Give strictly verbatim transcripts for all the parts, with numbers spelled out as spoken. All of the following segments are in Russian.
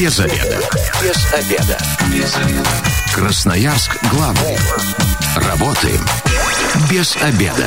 Без обеда. Без обеда. Без обеда. Красноярск главный. Работаем без обеда.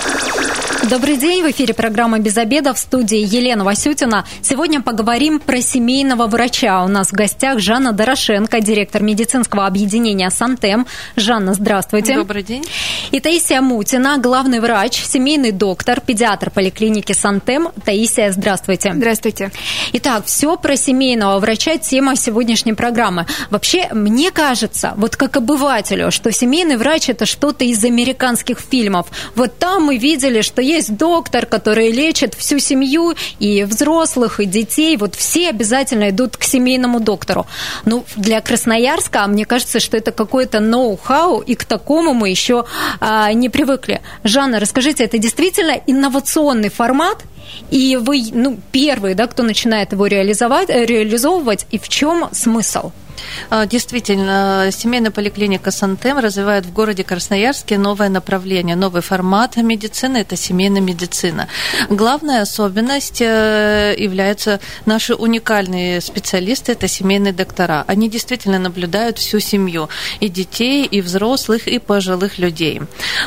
Добрый день, в эфире программа «Без обеда», в студии Елена Васютина. Сегодня поговорим про семейного врача. У нас в гостях Жанна Дорошенко, директор медицинского объединения «Сантем». Жанна, здравствуйте. Добрый день. И Таисия Мутина, главный врач, семейный доктор, педиатр поликлиники «Сантем». Таисия, здравствуйте. Здравствуйте. Итак, все про семейного врача, тема сегодняшней программы. Вообще, мне кажется, вот как обывателю, что семейный врач – это что-то из американских фильмов. Вот там мы видели, что есть доктор, который лечит всю семью, и взрослых, и детей. Вот все обязательно идут к семейному доктору. Ну, для Красноярска, мне кажется, что это какое-то ноу-хау, и к такому мы еще а, не привыкли. Жанна, расскажите, это действительно инновационный формат? И вы, ну, первые, да, кто начинает его реализовать, реализовывать, и в чем смысл? Действительно, семейная поликлиника «Сантем» развивает в городе Красноярске новое направление, новый формат медицины – это семейная медицина. Главная особенность являются наши уникальные специалисты – это семейные доктора. Они действительно наблюдают всю семью, и детей, и взрослых, и пожилых людей.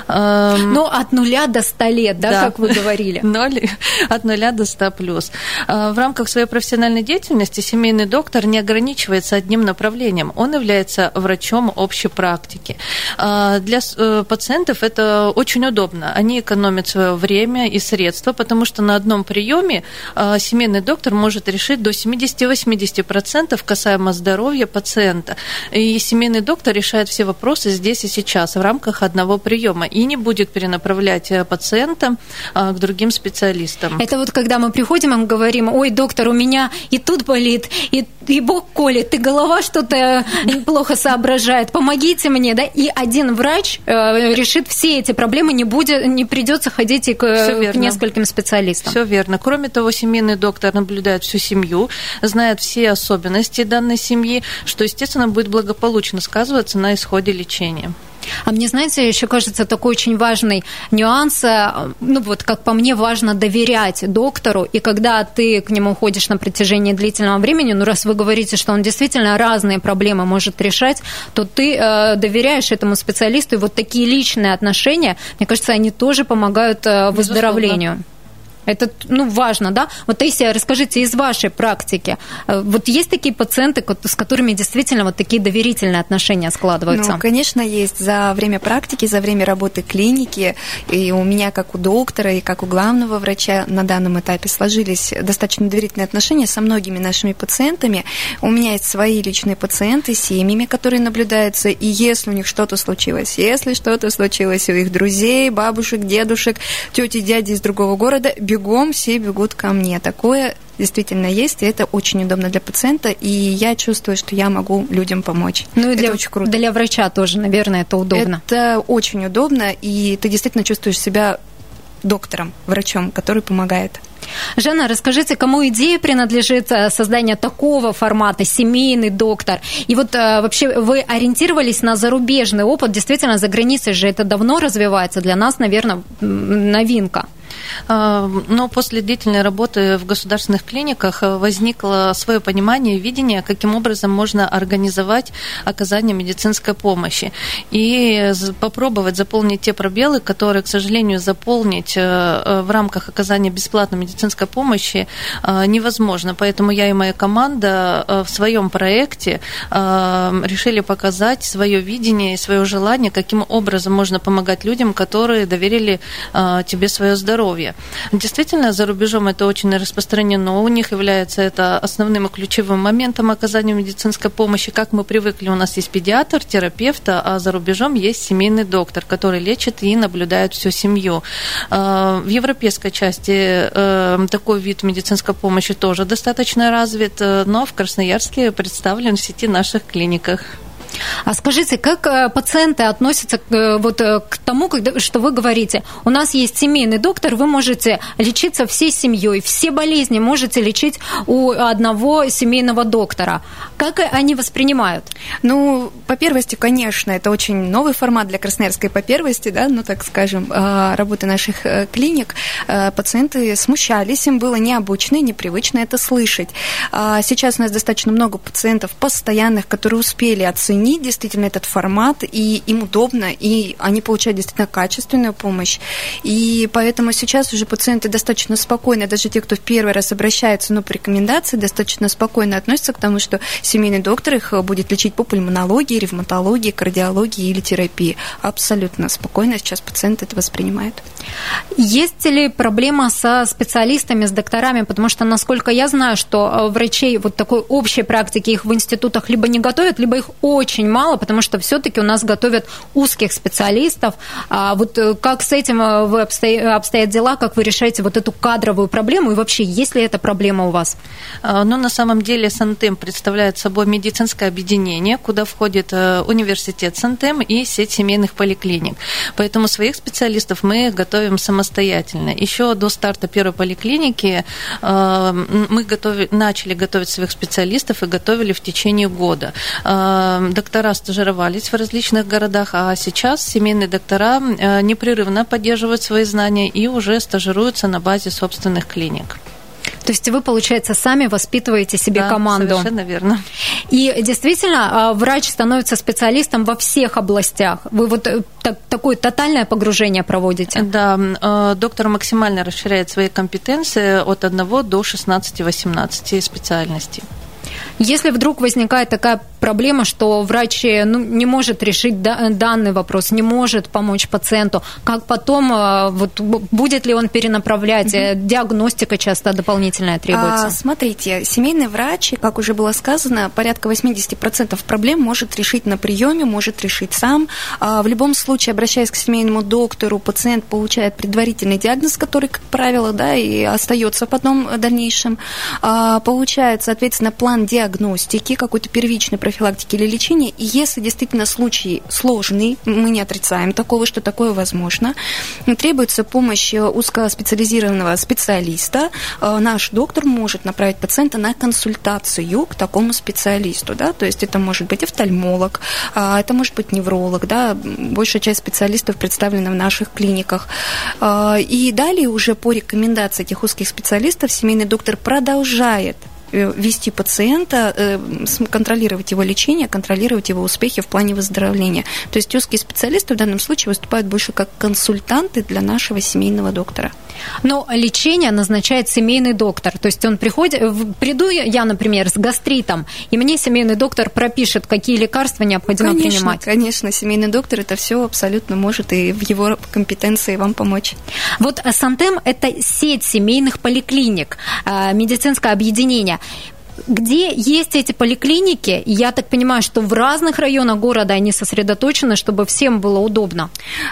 Ну, от нуля до ста лет, да, да, как вы говорили? Ноль, от нуля до ста плюс. В рамках своей профессиональной деятельности семейный доктор не ограничивается одним направлением. Он является врачом общей практики. Для пациентов это очень удобно. Они экономят свое время и средства, потому что на одном приеме семейный доктор может решить до семьдесят-восемьдесят процентов касаемо здоровья пациента. И семейный доктор решает все вопросы здесь и сейчас в рамках одного приема и не будет перенаправлять пациента к другим специалистам. Это вот когда мы приходим и говорим: ой, доктор, у меня и тут болит, и, и бок колет, и голова что-то плохо соображает, помогите мне, да, и один врач э, решит все эти проблемы, не будет, не придется ходить и к, к нескольким специалистам. Все верно. Кроме того, семейный доктор наблюдает всю семью, знает все особенности данной семьи, что, естественно, будет благополучно сказываться на исходе лечения. А мне, знаете, еще кажется такой очень важный нюанс, ну вот как по мне, важно доверять доктору, и когда ты к нему ходишь на протяжении длительного времени, ну раз вы говорите, что он действительно разные проблемы может решать, то ты э, доверяешь этому специалисту, и вот такие личные отношения, мне кажется, они тоже помогают э, выздоровлению. Это, ну, важно, да? Вот, Таисия, расскажите из вашей практики. Вот есть такие пациенты, с которыми действительно вот такие доверительные отношения складываются? Ну, конечно, есть. За время практики, за время работы клиники, и у меня, как у доктора, и как у главного врача на данном этапе сложились достаточно доверительные отношения со многими нашими пациентами. У меня есть свои личные пациенты с семьями, которые наблюдаются, и если у них что-то случилось, если что-то случилось у их друзей, бабушек, дедушек, тети, дяди из другого города, бегом все бегут ко мне. Такое действительно есть, и это очень удобно для пациента, и я чувствую, что я могу людям помочь. Ну и для, это очень круто. Для врача тоже, наверное, это удобно. Это очень удобно, и ты действительно чувствуешь себя доктором, врачом, который помогает. Жанна, расскажите, кому идея принадлежит создание такого формата, семейный доктор? И вот вообще вы ориентировались на зарубежный опыт, действительно, за границей же это давно развивается, для нас, наверное, новинка. Но после длительной работы в государственных клиниках возникло свое понимание и видение, каким образом можно организовать оказание медицинской помощи и попробовать заполнить те пробелы, которые, к сожалению, заполнить в рамках оказания бесплатной медицинской помощи невозможно. Поэтому я и моя команда в своем проекте решили показать свое видение и свое желание, каким образом можно помогать людям, которые доверили тебе свое здоровье. Действительно, за рубежом это очень распространено. У них является это основным и ключевым моментом оказания медицинской помощи. Как мы привыкли, у нас есть педиатр, терапевт, а за рубежом есть семейный доктор, который лечит и наблюдает всю семью. В европейской части такой вид медицинской помощи тоже достаточно развит, но в Красноярске представлен в сети наших клиниках. А скажите, как пациенты относятся к, вот, к тому, когда, что вы говорите, у нас есть семейный доктор, вы можете лечиться всей семьей, все болезни можете лечить у одного семейного доктора. Как они воспринимают? Ну, по первости, конечно, это очень новый формат для Красноярской по первости, да, ну, так скажем, работы наших клиник. Пациенты смущались, им было необычно и непривычно это слышать. Сейчас у нас достаточно много пациентов постоянных, которые успели оценить действительно этот формат, и им удобно, и они получают действительно качественную помощь. И поэтому сейчас уже пациенты достаточно спокойно, даже те, кто в первый раз обращается, но по рекомендации, достаточно спокойно относятся к тому, что семейный доктор их будет лечить по пульмонологии, ревматологии, кардиологии или терапии. Абсолютно спокойно сейчас пациенты это воспринимают. Есть ли проблема со специалистами, с докторами? Потому что, насколько я знаю, что врачей вот такой общей практики их в институтах либо не готовят, либо их очень мало, потому что все-таки у нас готовят узких специалистов. А вот как с этим вы обстоят, обстоят дела, как вы решаете вот эту кадровую проблему, и вообще, есть ли эта проблема у вас? Ну, на самом деле, Сантем представляет собой медицинское объединение, куда входит университет Сантем и сеть семейных поликлиник. Поэтому своих специалистов мы готовим самостоятельно. Еще до старта первой поликлиники мы готовили, начали готовить своих специалистов и готовили в течение года. Доктора стажировались в различных городах, а сейчас семейные доктора непрерывно поддерживают свои знания и уже стажируются на базе собственных клиник. То есть вы, получается, сами воспитываете себе да, команду. Совершенно верно. И действительно, врач становится специалистом во всех областях. Вы вот так, такое тотальное погружение проводите? Да, доктор максимально расширяет свои компетенции от одного до шестнадцати-восемнадцати специальностей. Если вдруг возникает такая проблема, что врач ну, не может решить данный вопрос, не может помочь пациенту, как потом, вот, будет ли он перенаправлять, mm-hmm. диагностика часто дополнительная требуется? А, смотрите, семейный врач, как уже было сказано, порядка восемьдесят процентов проблем может решить на приеме, может решить сам. А, в любом случае, обращаясь к семейному доктору, пациент получает предварительный диагноз, который, как правило, да, и остается потом в дальнейшем. А, получает, соответственно, план диагностики, какой-то первичной профилактики или лечения. И если действительно случай сложный, мы не отрицаем такого, что такое возможно, требуется помощь узкоспециализированного специалиста, наш доктор может направить пациента на консультацию к такому специалисту. Да? То есть это может быть офтальмолог, это может быть невролог, да? Большая часть специалистов представлена в наших клиниках. И далее уже по рекомендации этих узких специалистов семейный доктор продолжает вести пациента, контролировать его лечение, контролировать его успехи в плане выздоровления. То есть узкие специалисты в данном случае выступают больше как консультанты для нашего семейного доктора. Но лечение назначает семейный доктор. То есть он приходит, приду я, например, с гастритом, и мне семейный доктор пропишет, какие лекарства необходимо конечно, принимать. Конечно, семейный доктор это все абсолютно может и в его компетенции вам помочь. Вот Сантем – это сеть семейных поликлиник, медицинское объединение. Где есть эти поликлиники, я так понимаю, что в разных районах города они сосредоточены, чтобы всем было удобно.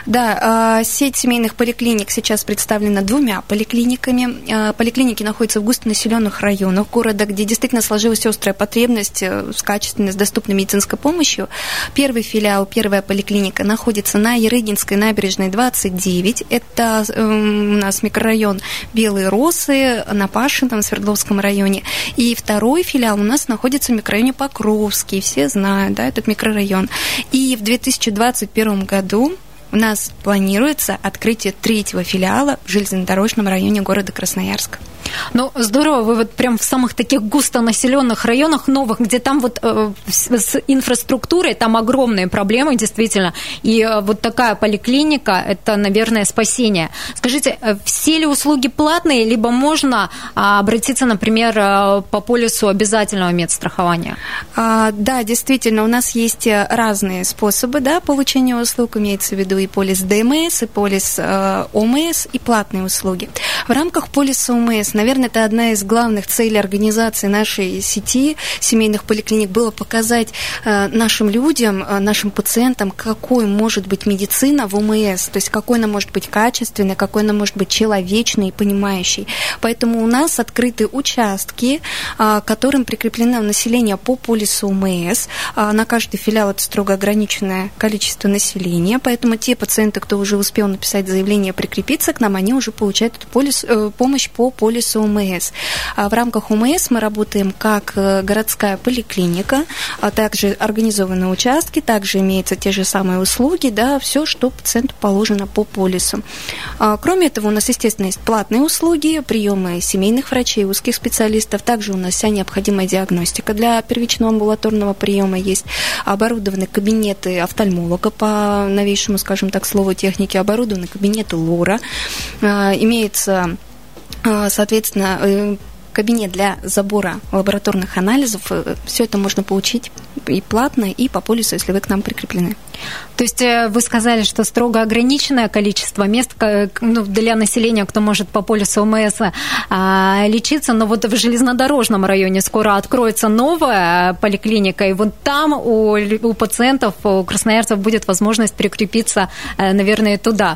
Да, сеть семейных поликлиник сейчас представлена двумя поликлиниками. Поликлиники находятся в густонаселенных районах города, где действительно сложилась острая потребность с качественной, с доступной медицинской помощью. Первый филиал, первая поликлиника находится на Ярыгинской набережной двадцать девять. Это у нас микрорайон Белые Росы на Пашином, Свердловском районе. И второй Второй филиал у нас находится в микрорайоне Покровский, все знают, да, этот микрорайон. И в две тысячи двадцать первом году у нас планируется открытие третьего филиала в железнодорожном районе города Красноярск. Ну, здорово, вы вот прям в самых таких густонаселенных районах новых, где там вот э, с, с инфраструктурой, там огромные проблемы, действительно, и э, вот такая поликлиника, это, наверное, спасение. Скажите, э, все ли услуги платные, либо можно э, обратиться, например, э, по полису обязательного медстрахования? А, да, действительно, у нас есть разные способы, да, получения услуг, имеется в виду и полис ДМС, и полис э, ОМС, и платные услуги. В рамках полиса ОМС на Наверное, это одна из главных целей организации нашей сети семейных поликлиник было показать нашим людям, нашим пациентам, какой может быть медицина в ОМС, то есть какой она может быть качественной, какой она может быть человечной и понимающей. Поэтому у нас открыты участки, которым прикреплено население по полису ОМС. На каждый филиал это строго ограниченное количество населения, поэтому те пациенты, кто уже успел написать заявление, прикрепиться к нам, они уже получают эту полис, помощь по полису ОМС. В рамках ОМС мы работаем как городская поликлиника, а также организованы участки, также имеются те же самые услуги, да, все, что пациенту положено по полису. Кроме этого, у нас, естественно, есть платные услуги, приемы семейных врачей, узких специалистов, также у нас вся необходимая диагностика для первичного амбулаторного приема есть, оборудованы кабинеты офтальмолога по новейшему, скажем так, слову техники, оборудованы кабинеты лора, имеется, соответственно, кабинет для забора лабораторных анализов. Все это можно получить и платно, и по полису, если вы к нам прикреплены. То есть вы сказали, что строго ограниченное количество мест, ну, для населения, кто может по полису ОМС а, лечиться, но вот в железнодорожном районе скоро откроется новая поликлиника, и вот там у, у пациентов, у красноярцев будет возможность прикрепиться, наверное, туда.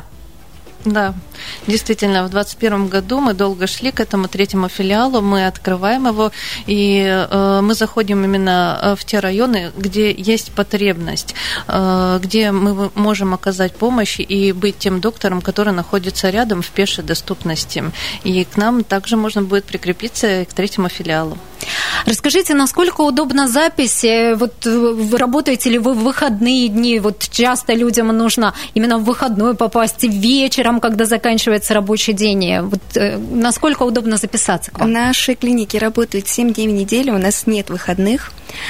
Да, действительно, в двадцать первом году мы долго шли к этому третьему филиалу, мы открываем его, и э, мы заходим именно в те районы, где есть потребность, э, где мы можем оказать помощь и быть тем доктором, который находится рядом в пешей доступности. И к нам также можно будет прикрепиться к третьему филиалу. Расскажите, насколько удобна запись? Вот вы работаете ли вы в выходные дни? Вот часто людям нужно именно в выходной попасть, вечером, когда заканчивается рабочий день. Вот насколько удобно записаться к вам? Наши клиники работают семь дней в неделю, у нас нет выходных.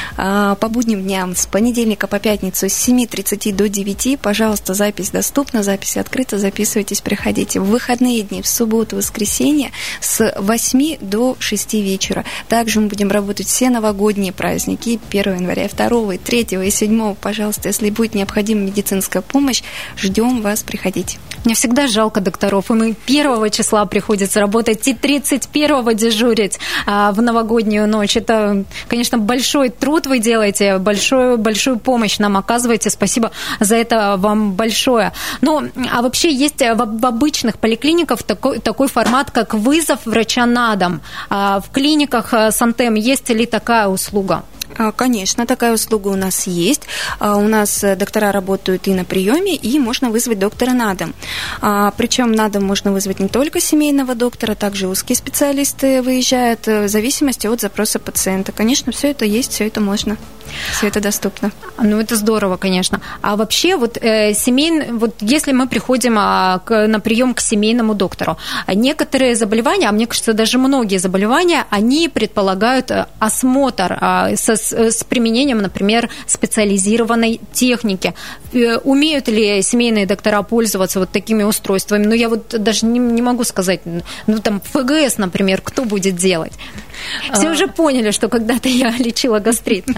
По будним дням с понедельника по пятницу с семи тридцати до девяти, пожалуйста, запись доступна, запись открыта, записывайтесь, приходите. В выходные дни, в субботу, воскресенье с восьми до шести вечера. Также мы будем работать все новогодние праздники, первого января, второго, третьего и седьмого. Пожалуйста, если будет необходима медицинская помощь, ждем вас, приходите. Мне всегда жалко докторов, им и первого числа приходится работать, и тридцать первого дежурить а, в новогоднюю ночь. Это, конечно, большой труд вы делаете, большую, большую помощь нам оказываете. Спасибо за это вам большое. Ну, а вообще есть в, в обычных поликлиниках такой, такой формат, как вызов врача на дом. А в клиниках Сантем есть ли такая услуга? Конечно, такая услуга у нас есть. У нас доктора работают и на приеме, и можно вызвать доктора на дом. Причем на дом можно вызвать не только семейного доктора, также узкие специалисты выезжают в зависимости от запроса пациента. Конечно, все это есть, все это можно, все это доступно. Ну, это здорово, конечно. А вообще, вот, э, семейный, вот если мы приходим а, к, на прием к семейному доктору, некоторые заболевания, а мне кажется, даже многие заболевания, они предполагают осмотр а, со с применением, например, специализированной техники. Умеют ли семейные доктора пользоваться вот такими устройствами? Ну, я вот даже не, не могу сказать. Ну, там, ФГС, например, кто будет делать? Все уже поняли, что когда-то я лечила гастрит.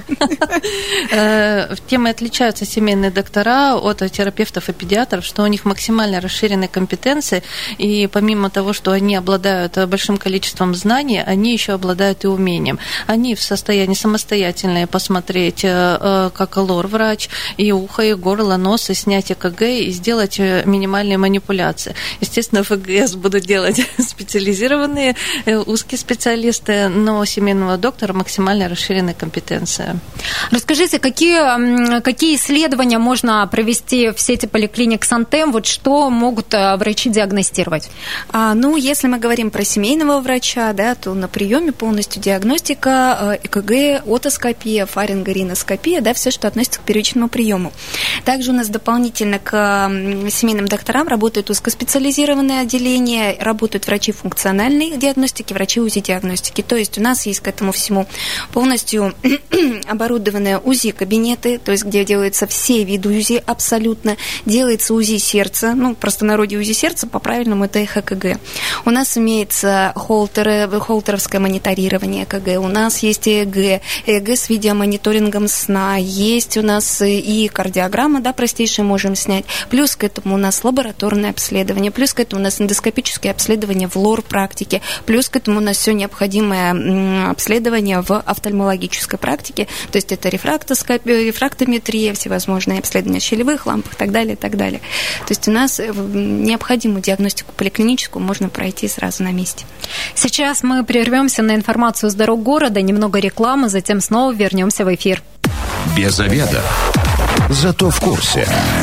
Темы отличаются семейные доктора от терапевтов и педиатров, что у них максимально расширенные компетенции, и помимо того, что они обладают большим количеством знаний, они еще обладают и умением. Они в состоянии самостоятельно посмотреть, как лор-врач, и ухо, и горло, нос, и снять ЭКГ, и сделать минимальные манипуляции. Естественно, ФГС будут делать специализированные узкие специалисты, но у семейного доктора максимально расширенная компетенция. Расскажите, какие, какие исследования можно провести в сети поликлиник Сантем? Вот что могут врачи диагностировать? А, ну, если мы говорим про семейного врача, да, то на приеме полностью диагностика, ЭКГ, отоскопия, фарингариноскопия, да, все, что относится к первичному приему. Также у нас дополнительно к семейным докторам работают узкоспециализированные отделения, работают врачи функциональной диагностики, врачи УЗИ-диагностики. То есть у нас есть к этому всему полностью оборудованные УЗИ-кабинеты, то есть где делаются все виды УЗИ абсолютно, делается УЗИ сердца, ну, в простонародье УЗИ сердца, по-правильному это ЭХ-КГ. У нас имеется холтеры, холтеровское мониторирование ЭКГ, у нас есть ЭЭГ, ЭЭГ с видеомониторингом сна, есть у нас и кардиограмма, да, простейшая можем снять, плюс к этому у нас лабораторное обследование, плюс к этому у нас эндоскопическое обследование в лор-практике, плюс к этому у нас все необходимое обследование в офтальмологической практике, то есть это рефрактоскопия, рефрактометрия, всевозможные обследования щелевых ламп и так далее, и так далее. То есть у нас необходимую диагностику поликлиническую можно пройти сразу на месте. Сейчас мы прервемся на информацию с дорог города, немного рекламы, затем снова вернемся в эфир. Без обеда. Зато в курсе.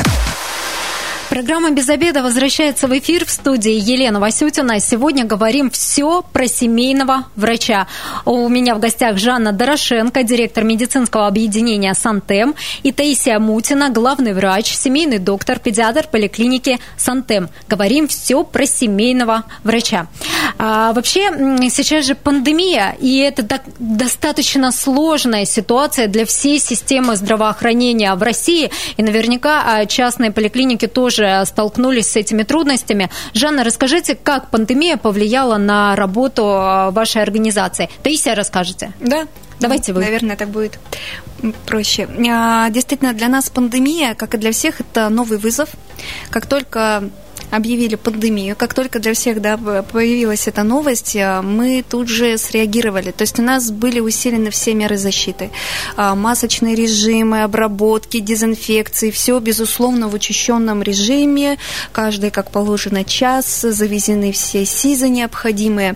Программа «Без обеда» возвращается в эфир, в студии Елена Васютина. Сегодня говорим все про семейного врача. У меня в гостях Жанна Дорошенко, директор медицинского объединения «Сантем», и Таисия Мутина, главный врач, семейный доктор, педиатр поликлиники «Сантем». Говорим все про семейного врача. А вообще, сейчас же пандемия, и это так, достаточно сложная ситуация для всей системы здравоохранения в России, и наверняка частные поликлиники тоже столкнулись с этими трудностями. Жанна, расскажите, как пандемия повлияла на работу вашей организации? Таисия, расскажете? Да. Давайте вы. Наверное, так будет проще. Действительно, для нас пандемия, как и для всех, это новый вызов. Как только объявили пандемию, как только для всех, да, появилась эта новость, мы тут же среагировали. То есть у нас были усилены все меры защиты. Масочные режимы, обработки, дезинфекции, все, безусловно, в учащенном режиме. Каждый, как положено, час, завезены все СИЗы необходимые.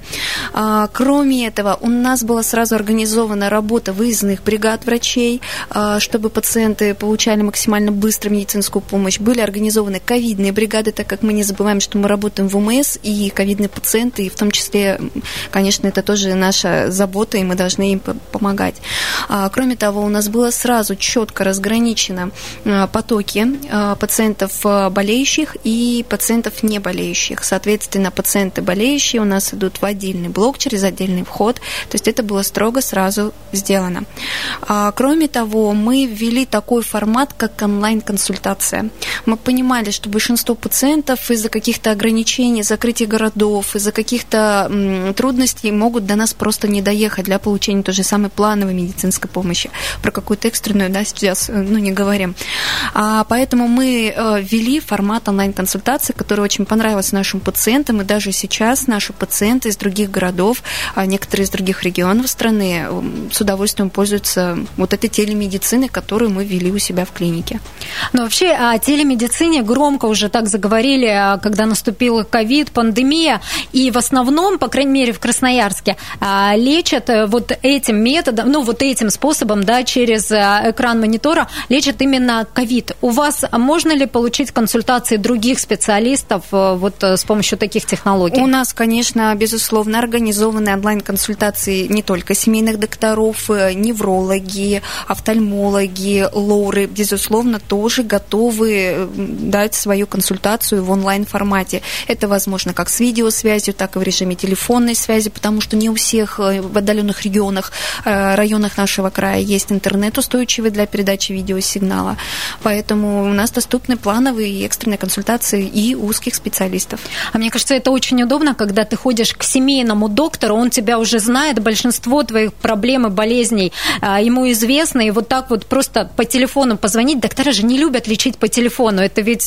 Кроме этого, у нас была сразу организована работа выездных бригад врачей, чтобы пациенты получали максимально быстро медицинскую помощь. Были организованы ковидные бригады, так как мы не забываем, что мы работаем в УМС, и ковидные пациенты, и в том числе, конечно, это тоже наша забота, и мы должны им помогать. Кроме того, у нас было сразу четко разграничено потоки пациентов болеющих и пациентов не болеющих. Соответственно, пациенты болеющие у нас идут в отдельный блок через отдельный вход, то есть это было строго сразу сделано. Кроме того, мы ввели такой формат, как онлайн-консультация. Мы понимали, что большинство пациентов из-за каких-то ограничений, закрытия городов, из-за каких-то м, трудностей могут до нас просто не доехать для получения той же самой плановой медицинской помощи. Про какую-то экстренную, да, сейчас, ну, не говорим. А, поэтому мы э, ввели формат онлайн-консультации, который очень понравился нашим пациентам, и даже сейчас наши пациенты из других городов, а некоторые из других регионов страны э, с удовольствием пользуются вот этой телемедициной, которую мы ввели у себя в клинике. Но вообще о телемедицине громко уже так заговорили, когда наступила ковид, пандемия, и в основном, по крайней мере, в Красноярске, лечат вот этим методом, ну, вот этим способом, да, через экран монитора, лечат именно ковид. У вас можно ли получить консультации других специалистов вот с помощью таких технологий? У нас, конечно, безусловно, организованы онлайн-консультации не только семейных докторов, неврологи, офтальмологи, лоры, безусловно, тоже готовы дать свою консультацию в онлайн-формате. Это возможно как с видеосвязью, так и в режиме телефонной связи, потому что не у всех в отдаленных регионах, районах нашего края есть интернет устойчивый для передачи видеосигнала. Поэтому у нас доступны плановые и экстренные консультации и узких специалистов. А мне кажется, это очень удобно, когда ты ходишь к семейному доктору, он тебя уже знает, большинство твоих проблем и болезней ему известно, и вот так вот просто по телефону позвонить. Доктора же не любят лечить по телефону, это ведь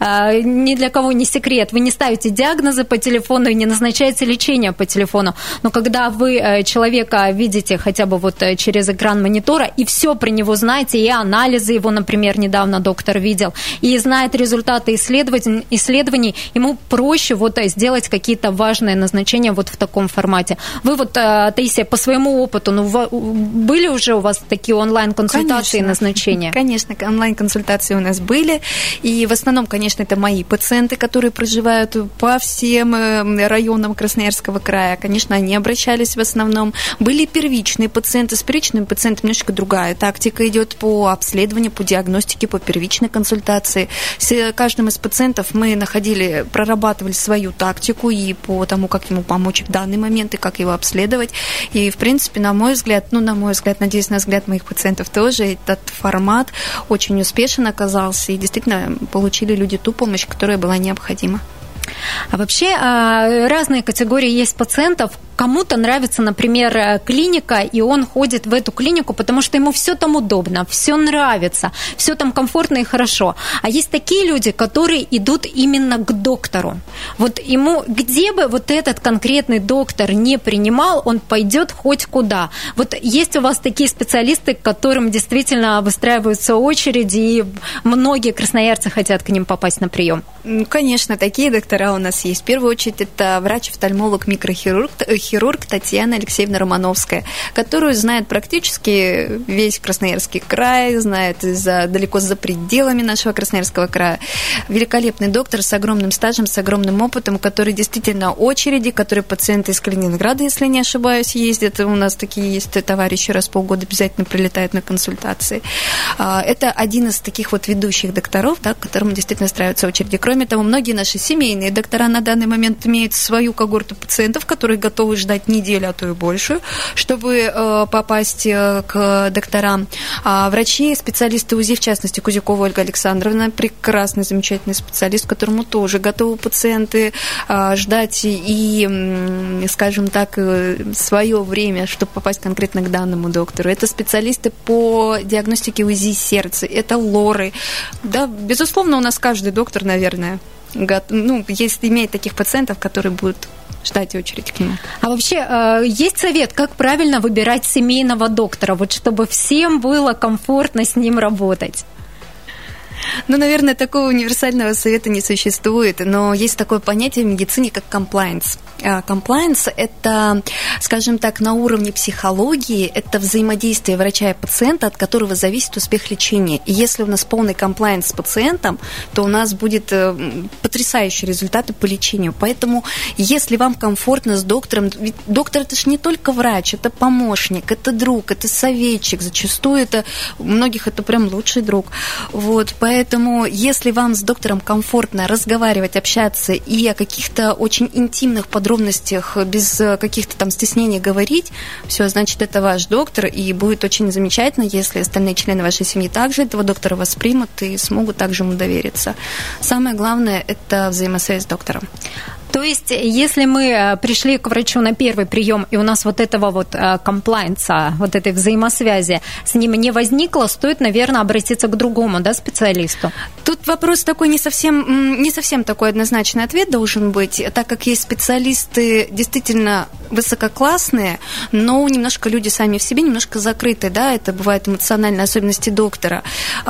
ни для кого не секрет. Вы не ставите диагнозы по телефону и не назначаете лечение по телефону. Но когда вы человека видите хотя бы вот через экран монитора и все про него знаете, и анализы его, например, недавно доктор видел, и знает результаты исследований, исследований, ему проще вот сделать какие-то важные назначения вот в таком формате. Вы вот, Таисия, по своему опыту, ну, были уже у вас такие онлайн-консультации и назначения? Конечно, онлайн-консультации у нас были, и в основном, конечно, это мои пациенты, которые проживают по всем районам Красноярского края. Конечно, они обращались в основном. Были первичные пациенты с первичной нашими пациентами немножко другая тактика идет по обследованию, по диагностике, по первичной консультации. С каждым из пациентов мы находили, прорабатывали свою тактику и по тому, как ему помочь в данный момент и как его обследовать. И, в принципе, на мой взгляд, ну, на мой взгляд, надеюсь, на взгляд моих пациентов тоже, этот формат очень успешен оказался, и действительно получили люди ту помощь, которая была необходима. А вообще разные категории есть пациентов. Кому-то нравится, например, клиника, и он ходит в эту клинику, потому что ему все там удобно, все нравится, все там комфортно и хорошо. А есть такие люди, которые идут именно к доктору. Вот ему, где бы вот этот конкретный доктор не принимал, он пойдет хоть куда. Вот есть у вас такие специалисты, к которым действительно выстраиваются очереди, и многие красноярцы хотят к ним попасть на прием? Конечно, такие доктора у нас есть. В первую очередь это врач-офтальмолог, микрохирург, хирург Татьяна Алексеевна Романовская, которую знает практически весь Красноярский край, знает за, далеко за пределами нашего Красноярского края. Великолепный доктор с огромным стажем, с огромным опытом, который действительно очереди, которые пациенты из Калининграда, если не ошибаюсь, ездят. У нас такие есть товарищи, раз в полгода обязательно прилетают на консультации. Это один из таких вот ведущих докторов, да, к которому действительно устраиваются очереди. Кроме того, многие наши семейные доктора на данный момент имеют свою когорту пациентов, которые готовы ждать неделю, а то и больше, чтобы э, попасть э, к докторам. А врачи, специалисты УЗИ, в частности, Кузякова Ольга Александровна, прекрасный, замечательный специалист, которому тоже готовы пациенты э, ждать и, э, скажем так, э, свое время, чтобы попасть конкретно к данному доктору. Это специалисты по диагностике УЗИ сердца, это лоры. Да, безусловно, у нас каждый доктор, наверное, ну, если имеет таких пациентов, которые будут ждать очередь к нему. А вообще, есть совет, как правильно выбирать семейного доктора, вот чтобы всем было комфортно с ним работать? Ну, наверное, такого универсального совета не существует, но есть такое понятие в медицине, как комплаенс. Комплаенс – это, скажем так, на уровне психологии, это взаимодействие врача и пациента, от которого зависит успех лечения. И если у нас полный комплаенс с пациентом, то у нас будет потрясающие результаты по лечению. Поэтому, если вам комфортно с доктором, ведь доктор – это же не только врач, это помощник, это друг, это советчик, зачастую это, у многих это прям лучший друг. Вот, поэтому, если вам с доктором комфортно разговаривать, общаться и о каких-то очень интимных подробностях, без каких-то там стеснений говорить, все, значит, это ваш доктор, и будет очень замечательно, если остальные члены вашей семьи также этого доктора воспримут и смогут также ему довериться. Самое главное – это взаимосвязь с доктором. То есть, если мы пришли к врачу на первый прием, и у нас вот этого вот комплаенса, вот этой взаимосвязи с ним не возникло, стоит, наверное, обратиться к другому, да, специалисту? Тут вопрос такой не совсем, не совсем такой однозначный ответ должен быть, так как есть специалисты действительно высококлассные, но немножко люди сами в себе немножко закрыты, да, это бывают эмоциональные особенности доктора.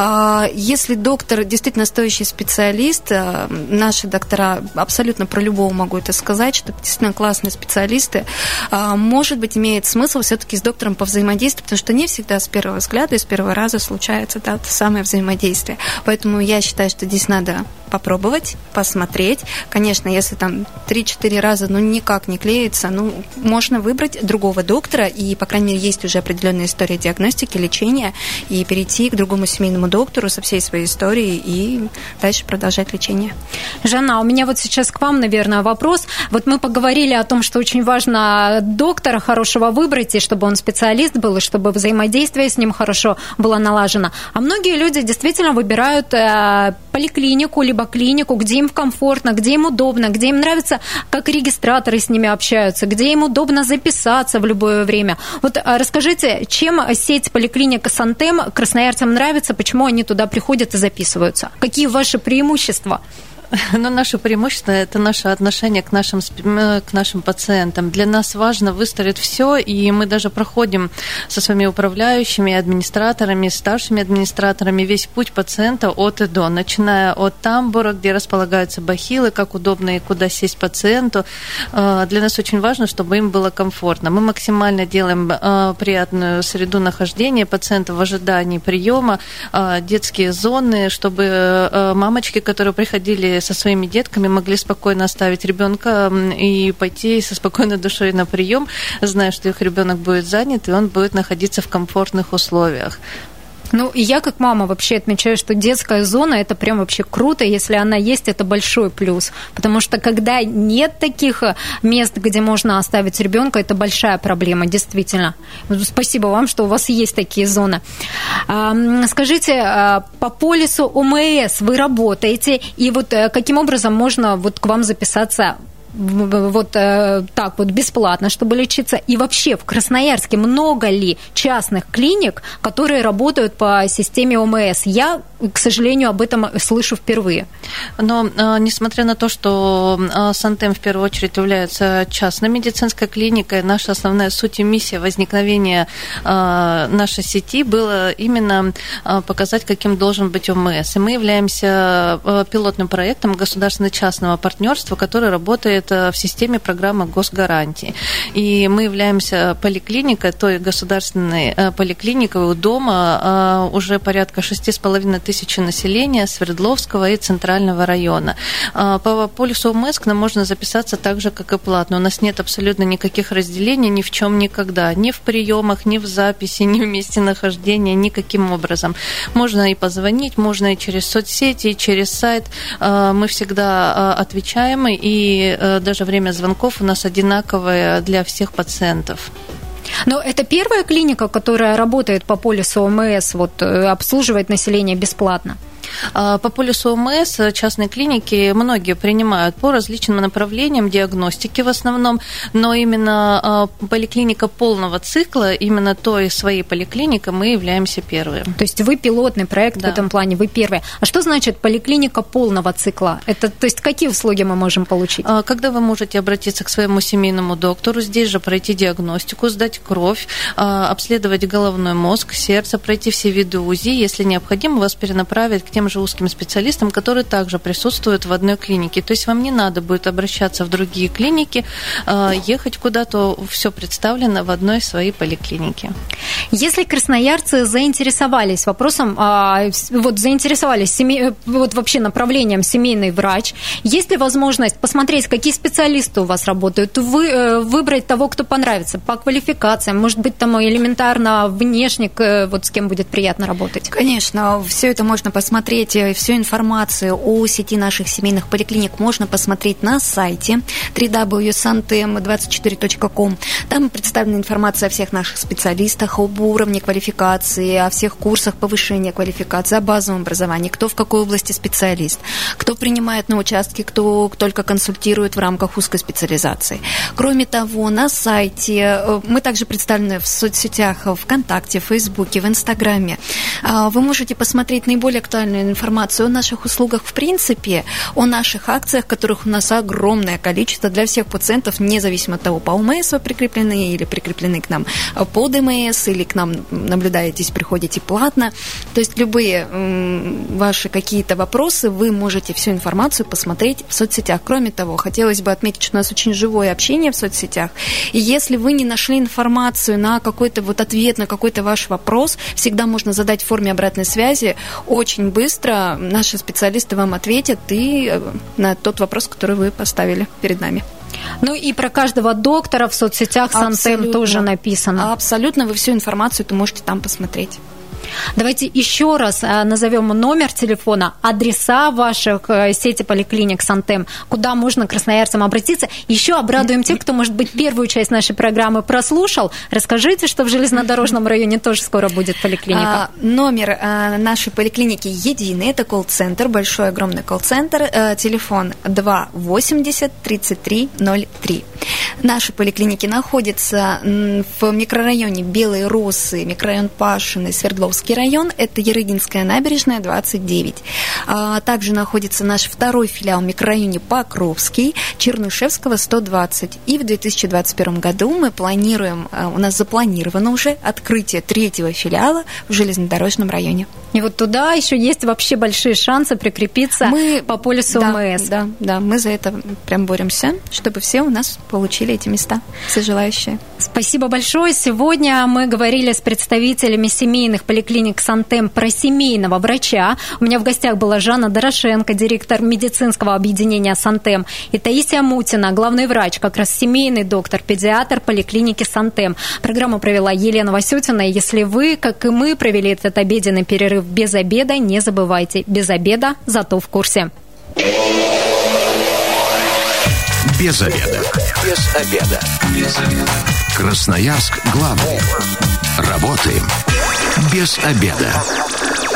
Если доктор действительно стоящий специалист, наши доктора абсолютно про любого могу это сказать, что действительно классные специалисты, может быть, имеет смысл все-таки с доктором повзаимодействовать, потому что не всегда с первого взгляда и с первого раза случается, да, то самое взаимодействие. Поэтому я считаю, что здесь надо попробовать, посмотреть. Конечно, если там три-четыре раза, ну, никак не клеится, ну, можно выбрать другого доктора, и, по крайней мере, есть уже определенная история диагностики, лечения, и перейти к другому семейному доктору со всей своей историей и дальше продолжать лечение. Жанна, у меня вот сейчас к вам, наверное, вопрос. Вот мы поговорили о том, что очень важно доктора хорошего выбрать, и чтобы он специалист был, и чтобы взаимодействие с ним хорошо было налажено. А многие люди действительно выбирают э, поликлинику, либо клинику, где им комфортно, где им удобно, где им нравится, как регистраторы с ними общаются, где им удобно записаться в любое время. Вот расскажите, чем сеть поликлиник Сантем красноярцам нравится, почему они туда приходят и записываются? Какие ваши преимущества? Но наше преимущество – это наше отношение к нашим, к нашим пациентам. Для нас важно выстроить все, и мы даже проходим со своими управляющими, администраторами, старшими администраторами весь путь пациента от и до, начиная от тамбура, где располагаются бахилы, как удобно и куда сесть пациенту. Для нас очень важно, чтобы им было комфортно. Мы максимально делаем приятную среду нахождения пациента в ожидании приема, детские зоны, чтобы мамочки, которые приходили родители со своими детками могли спокойно оставить ребенка и пойти со спокойной душой на прием, зная, что их ребенок будет занят, и он будет находиться в комфортных условиях. Ну, и я как мама вообще отмечаю, что детская зона – это прям вообще круто, если она есть, это большой плюс, потому что когда нет таких мест, где можно оставить ребенка, это большая проблема, действительно. Спасибо вам, что у вас есть такие зоны. Скажите, по полису ОМС вы работаете, и вот каким образом можно вот к вам записаться вот э, так вот бесплатно, чтобы лечиться? И вообще в Красноярске много ли частных клиник, которые работают по системе ОМС? Я, к сожалению, об этом слышу впервые. Но э, несмотря на то, что э, Сантем в первую очередь является частной медицинской клиникой, наша основная суть и миссия возникновения э, нашей сети была именно э, показать, каким должен быть ОМС. И мы являемся э, пилотным проектом государственно-частного партнерства, который работает в системе программы госгарантии. И мы являемся поликлиникой, той государственной поликлиникой у дома уже порядка шести с половиной тысяч населения Свердловского и Центрального района. По полису ОМС к нам можно записаться так же, как и платно. У нас нет абсолютно никаких разделений ни в чем никогда. Ни в приемах, ни в записи, ни в месте нахождения, никаким образом. Можно и позвонить, можно и через соцсети, и через сайт. Мы всегда отвечаем, и даже время звонков у нас одинаковое для всех пациентов. Но это первая клиника, которая работает по полису ОМС, вот, обслуживает население бесплатно? По полису ОМС частные клиники многие принимают по различным направлениям диагностики в основном, но именно поликлиника полного цикла, именно той своей поликлиникой мы являемся первыми. То есть вы пилотный проект, да, в этом плане, вы первые. А что значит поликлиника полного цикла? Это, то есть какие услуги мы можем получить? Когда вы можете обратиться к своему семейному доктору, здесь же пройти диагностику, сдать кровь, обследовать головной мозг, сердце, пройти все виды УЗИ, если необходимо, вас перенаправить к тем же узким специалистам, которые также присутствуют в одной клинике. То есть вам не надо будет обращаться в другие клиники, ехать куда-то, все представлено в одной своей поликлинике. Если красноярцы заинтересовались вопросом, вот заинтересовались семей, вот вообще направлением семейный врач, есть ли возможность посмотреть, какие специалисты у вас работают, вы, выбрать того, кто понравится по квалификациям, может быть, там элементарно внешник, вот с кем будет приятно работать? Конечно, все это можно посмотреть, всю информацию о сети наших семейных поликлиник можно посмотреть на сайте дабл ю дабл ю дабл ю точка сантем двадцать четыре точка ком. Там представлена информация о всех наших специалистах, об уровне квалификации, о всех курсах повышения квалификации, о базовом образовании, кто в какой области специалист, кто принимает на участке, кто только консультирует в рамках узкой специализации. Кроме того, на сайте мы также представлены в соцсетях ВКонтакте, в Фейсбуке, в Инстаграме. Вы можете посмотреть наиболее актуальную информацию о наших услугах в принципе, о наших акциях, которых у нас огромное количество для всех пациентов, независимо от того, по ОМС вы прикреплены или прикреплены к нам по ДМС, или к нам наблюдаетесь, приходите платно. То есть любые ваши какие-то вопросы, вы можете всю информацию посмотреть в соцсетях. Кроме того, хотелось бы отметить, что у нас очень живое общение в соцсетях, и если вы не нашли информацию на какой-то вот ответ на какой-то ваш вопрос, всегда можно задать в форме обратной связи. Очень быстро наши специалисты вам ответят и на тот вопрос, который вы поставили перед нами. Ну и про каждого доктора в соцсетях Сантем тоже написано. Абсолютно, вы всю информацию -то можете там посмотреть. Давайте еще раз назовем номер телефона, адреса ваших сети поликлиник Сантем, куда можно красноярцам обратиться. Еще обрадуем тех, кто, может быть, первую часть нашей программы прослушал. Расскажите, что в железнодорожном районе тоже скоро будет поликлиника. А, номер а, нашей поликлиники единый, это колл-центр, большой, огромный колл-центр, а, телефон два восемьдесят тридцать три ноль три. Наши поликлиники находятся в микрорайоне Белые Росы, микрорайон Пашиной, Свердловский район, это Ярыгинская набережная, двадцать девять. А также находится наш второй филиал в микрорайоне Покровский, Чернышевского, сто двадцать. И в две тысячи двадцать первом году мы планируем, у нас запланировано уже открытие третьего филиала в железнодорожном районе. И вот туда еще есть вообще большие шансы прикрепиться мы, по полису да, МС. Да, да, мы за это прям боремся, чтобы все у нас получили эти места, все желающие. Спасибо большое. Сегодня мы говорили с представителями семейных поликлиник Сантем про семейного врача. У меня в гостях была Жанна Дорошенко, директор медицинского объединения Сантем, и Таисия Мутина, главный врач, как раз семейный доктор, педиатр поликлиники Сантем. Программу провела Елена Васютина. Если вы, как и мы, провели этот обеденный перерыв без обеда, не забывайте, без обеда, зато в курсе. Без обеда. Без обеда. Без обеда. Красноярск главный. Работаем без обеда.